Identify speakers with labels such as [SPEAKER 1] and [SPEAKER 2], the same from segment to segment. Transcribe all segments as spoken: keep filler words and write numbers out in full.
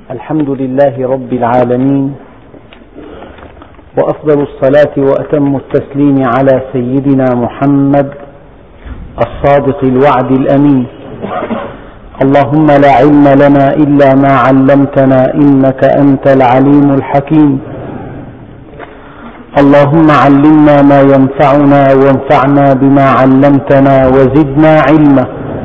[SPEAKER 1] الحمد لله رب العالمين، وأفضل الصلاة وأتم التسليم على سيدنا محمد الصادق الوعد الأمين. اللهم لا علم لنا إلا ما علمتنا إنك أنت العليم الحكيم. اللهم علمنا ما ينفعنا وانفعنا بما علمتنا وزدنا علما،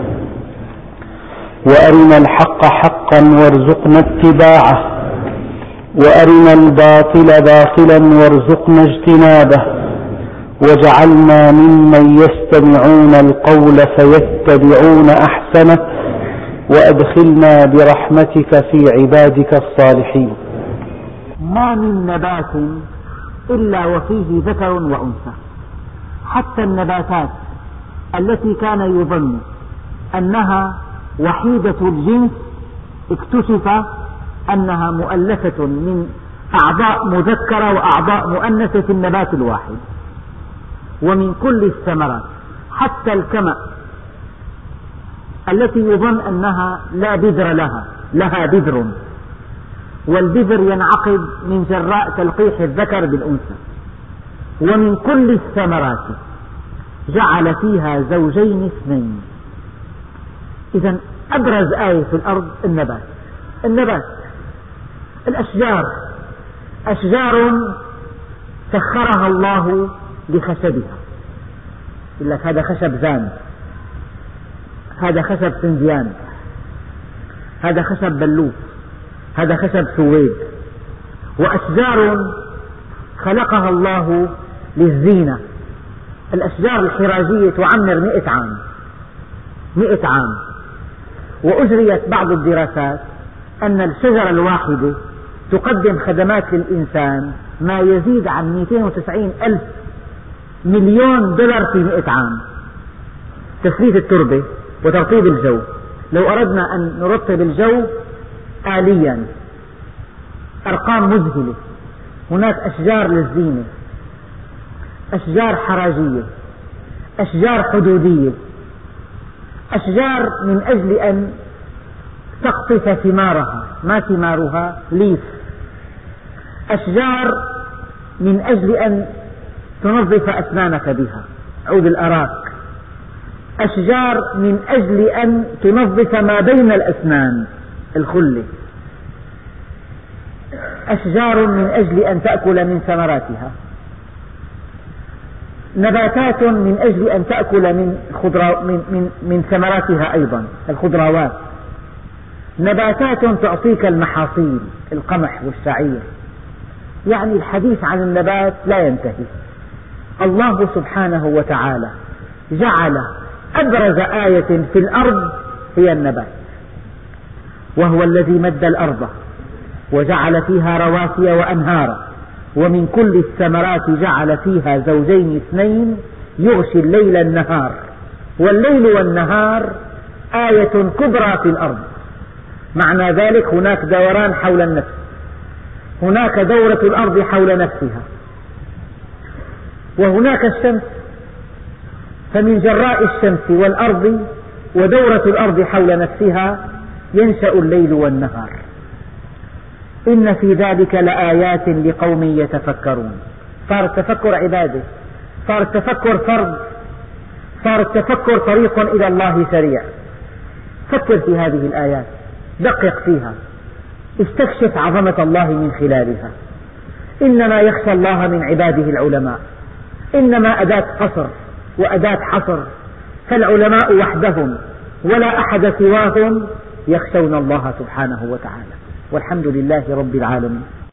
[SPEAKER 1] وأرنا الحق حقا وارزقنا اتباعه، وأرنا الباطل باطلا وارزقنا اجتنابه، واجعلنا ممن يستمعون القول فيتبعون أحسنه، وأدخلنا برحمتك في عبادك الصالحين.
[SPEAKER 2] ما من نبات إلا وفيه ذكر وأنثى، حتى النباتات التي كان يظن أنها وحيدة الجنس اكتشف أنها مؤلفة من أعضاء مذكرة وأعضاء مؤنثة في النبات الواحد. ومن كل الثمرات حتى الكمأ التي يظن أنها لا بذر لها لها بذر، والبذر ينعقد من جراء تلقيح الذكر بالأنثى. ومن كل الثمرات جعل فيها زوجين اثنين. إذن أبرز آية في الأرض النبات. النبات الأشجار، أشجار سخرها الله لخشبها. يقول لك هذا خشب زان، هذا خشب سنديان، هذا خشب بلوط، هذا خشب سويد. وأشجار خلقها الله للزينة. الأشجار الحراجية تعمر مئة عام مئة عام وأجريت بعض الدراسات أن الشجرة الواحدة تقدم خدمات للإنسان ما يزيد عن مئتين وتسعين ألف مليون دولار في مئة عام. تسليت التربة وترطيب الجو. لو أردنا أن نرطب الجو آليا أرقام مذهلة. هناك أشجار للزينة، أشجار حراجية، أشجار حدودية، أشجار من أجل أن تقطف ثمارها، ما ثمارها ليف، أشجار من أجل أن تنظف أسنانك بها، عود الأراك، أشجار من أجل أن تنظف ما بين الأسنان، الخلة، أشجار من أجل أن تأكل من ثمراتها، نباتات من أجل أن تأكل من, خضرا من, من, من ثمراتها أيضا، الخضروات، نباتات تعطيك المحاصيل، القمح والشعير. يعني الحديث عن النبات لا ينتهي. الله سبحانه وتعالى جعل أبرز آية في الأرض هي النبات، وهو الذي مد الأرض وجعل فيها رواسي وأنهارا، ومن كل الثمرات جعل فيها زوجين اثنين يغشي الليل النهار. والليل والنهار آية كبرى في الأرض. معنى ذلك هناك دوران حول النفس، هناك دورة الأرض حول نفسها، وهناك الشمس. فمن جراء الشمس والأرض ودورة الأرض حول نفسها ينشأ الليل والنهار. إن في ذلك لآيات لقوم يتفكرون. صار التفكر عبادة، صار التفكر فرض، صار التفكر طريق إلى الله سريع. فكر في هذه الآيات، دقق فيها، استكشف عظمة الله من خلالها. إنما يخشى الله من عباده العلماء. إنما أداة قصر وأداة حصر، فالعلماء وحدهم ولا أحد سواهم يخشون الله سبحانه وتعالى. والحمد لله رب العالمين.